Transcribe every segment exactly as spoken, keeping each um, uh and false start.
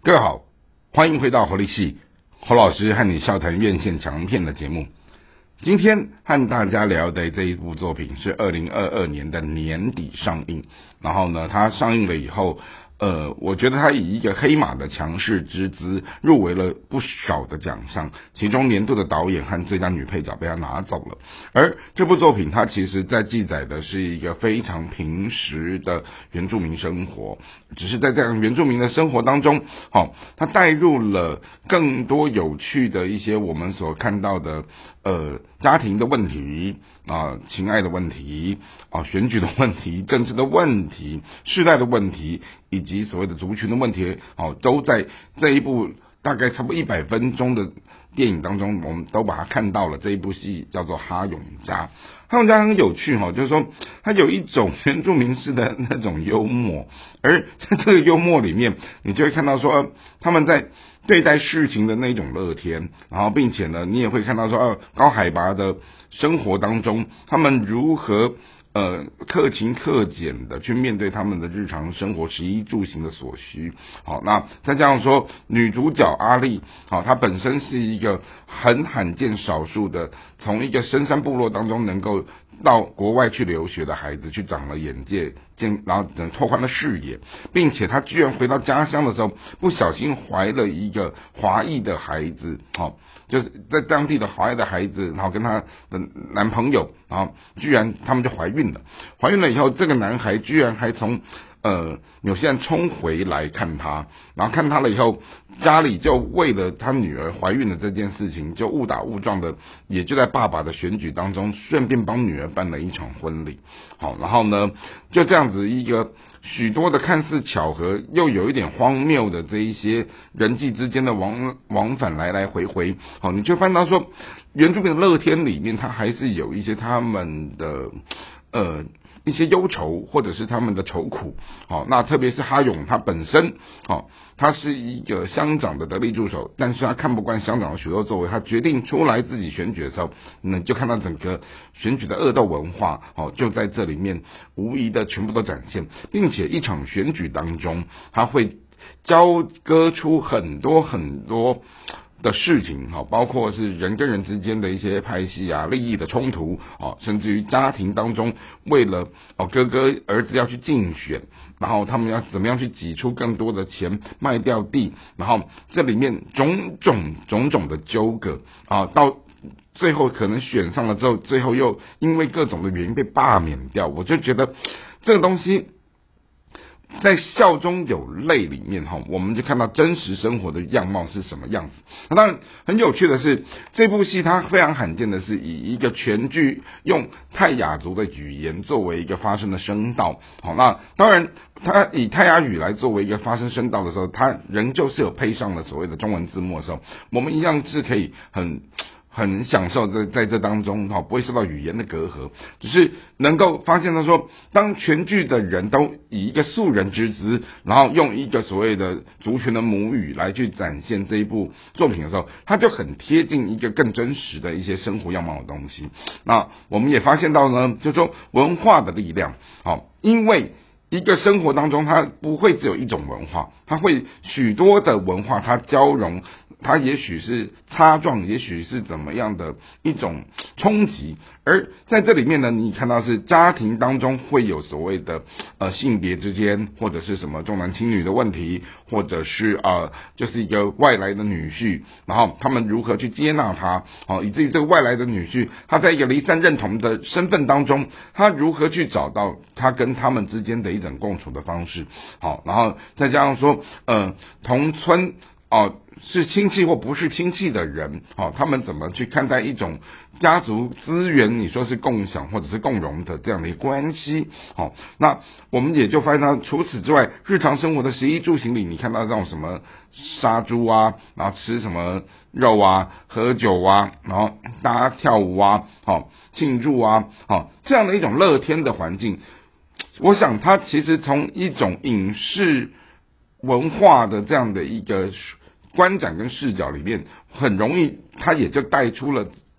各位好，欢迎回到侯立系侯老师和你笑谈院线强片的节目。今天和大家聊的这一部作品是二零二二年的年底上映，然后呢，它上映了以后，呃，我觉得它以一个黑马的强势之姿入围了不少的奖项，其中年度的导演和最佳女配角被他拿走了。而这部作品它其实在记载的是一个非常平实的原住民生活，只是在这样原住民的生活当中，哦，它带入了更多有趣的一些我们所看到的呃家庭的问题啊、情爱的问题啊、选举的问题、政治的问题、世代的问题，以及所谓的族群的问题，哦，都在这一部大概差不多一百分钟的电影当中，我们都把它看到了。这一部戏叫做《哈永家》，哈永家很有趣哈、哦，就是说它有一种原住民式的那种幽默，而在这个幽默里面，你就会看到说他们在对待事情的那种乐天，然后并且呢，你也会看到说，呃，高海拔的生活当中，他们如何呃，克勤克俭的去面对他们的日常生活食衣住行的所需。好，那再加上说女主角阿丽，好，她本身是一个很罕见少数的从一个深山部落当中能够到国外去留学的孩子，去长了眼界，见然后拓宽了视野，并且她居然回到家乡的时候，不小心怀了一个华裔的孩子，好，就是在当地的华裔的孩子，然后跟她的男朋友，然后居然他们就怀孕了。怀孕了以后，这个男孩居然还从呃纽西兰冲回来看他，然后看他了以后，家里就为了他女儿怀孕的这件事情，就误打误撞的，也就在爸爸的选举当中，顺便帮女儿办了一场婚礼。好，然后呢，就这样子一个许多的看似巧合又有一点荒谬的这一些人际之间的往往返来来回回，好，你就翻到说原住民的乐天里面，它还是有一些他们的呃一些忧愁或者是他们的愁苦。好，那特别是哈勇他本身，好，他是一个乡长的得力助手，但是他看不惯乡长的许多作为，他决定出来自己选举的时候，那就看到整个选举的恶斗文化，哦，就在这里面无疑的全部都展现，并且一场选举当中，他会交割出很多很多的事情，包括是人跟人之间的一些派系啊、利益的冲突，甚至于家庭当中为了哥哥儿子要去竞选，然后他们要怎么样去挤出更多的钱卖掉地，然后这里面种种种种的纠葛啊，到最后可能选上了之后，最后又因为各种的原因被罢免掉。我就觉得这个东西在笑中有泪里面，我们就看到真实生活的样貌是什么样子。那当然很有趣的是，这部戏它非常罕见的是以一个全剧用泰雅族的语言作为一个发声的声道。好，那当然它以泰雅语来作为一个发声声道的时候，它仍旧是有配上了所谓的中文字幕的时候，我们一样是可以很很享受在在这当中，不会受到语言的隔阂，只是能够发现到说，当全剧的人都以一个素人之姿，然后用一个所谓的族群的母语来去展现这一部作品的时候，它就很贴近一个更真实的一些生活样貌的东西。那我们也发现到呢，就是说文化的力量，好，因为一个生活当中，它不会只有一种文化，它会许多的文化它交融，它也许是擦撞，也许是怎么样的一种冲击。而在这里面呢，你看到是家庭当中会有所谓的呃性别之间，或者是什么重男轻女的问题，或者是呃就是一个外来的女婿，然后他们如何去接纳他，好，以至于这个外来的女婿他在一个离散认同的身份当中，他如何去找到他跟他们之间的一种共处的方式。好，然后再加上说呃同村哦，是亲戚或不是亲戚的人，哦，他们怎么去看待一种家族资源，你说是共享或者是共荣的这样的一个关系？哦，那我们也就发现到，除此之外，日常生活的食衣住行里，你看到这种什么杀猪啊，然后吃什么肉啊，喝酒啊，然后大家跳舞啊，好庆祝啊，好这样的一种乐天的环境，我想它其实从一种影视文化的这样的一个观展跟视角里面，很容易它也就带出了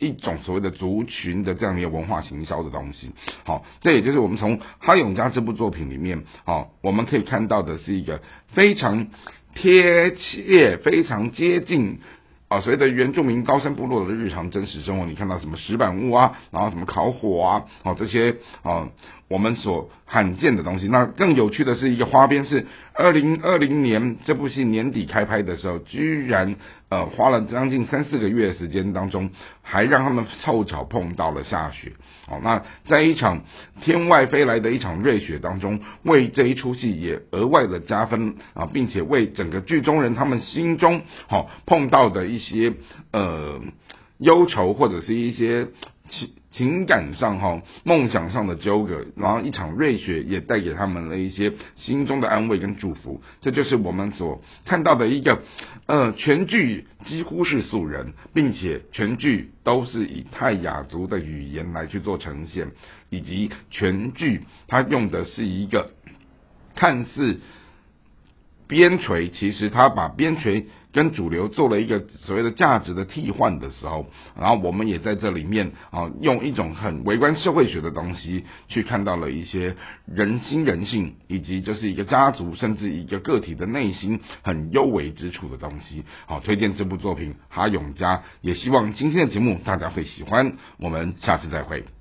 一种所谓的族群的这样一个文化行销的东西。好，这也就是我们从哈永家这部作品里面，好，我们可以看到的是一个非常贴切、非常接近啊，所谓的原住民高山部落的日常真实生活。你看到什么石板屋啊，然后什么烤火啊，哦，这些啊我们所罕见的东西。那更有趣的是一个花边是二零二零年这部戏年底开拍的时候，居然呃花了将近三四个月的时间当中，还让他们凑巧碰到了下雪。哦，那在一场天外飞来的一场瑞雪当中，为这一出戏也额外的加分啊，并且为整个剧中人他们心中好、哦、碰到的一些呃忧愁或者是一些情情感上哈、梦想上的纠葛，然后一场瑞雪也带给他们了一些心中的安慰跟祝福。这就是我们所看到的一个呃全剧几乎是素人，并且全剧都是以泰雅族的语言来去做呈现，以及全剧它用的是一个看似边陲，其实他把边陲跟主流做了一个所谓的价值的替换的时候，然后我们也在这里面啊，用一种很微观社会学的东西去看到了一些人心人性，以及就是一个家族甚至一个个体的内心很幽微之处的东西。好，推荐这部作品哈永家，也希望今天的节目大家会喜欢，我们下次再会。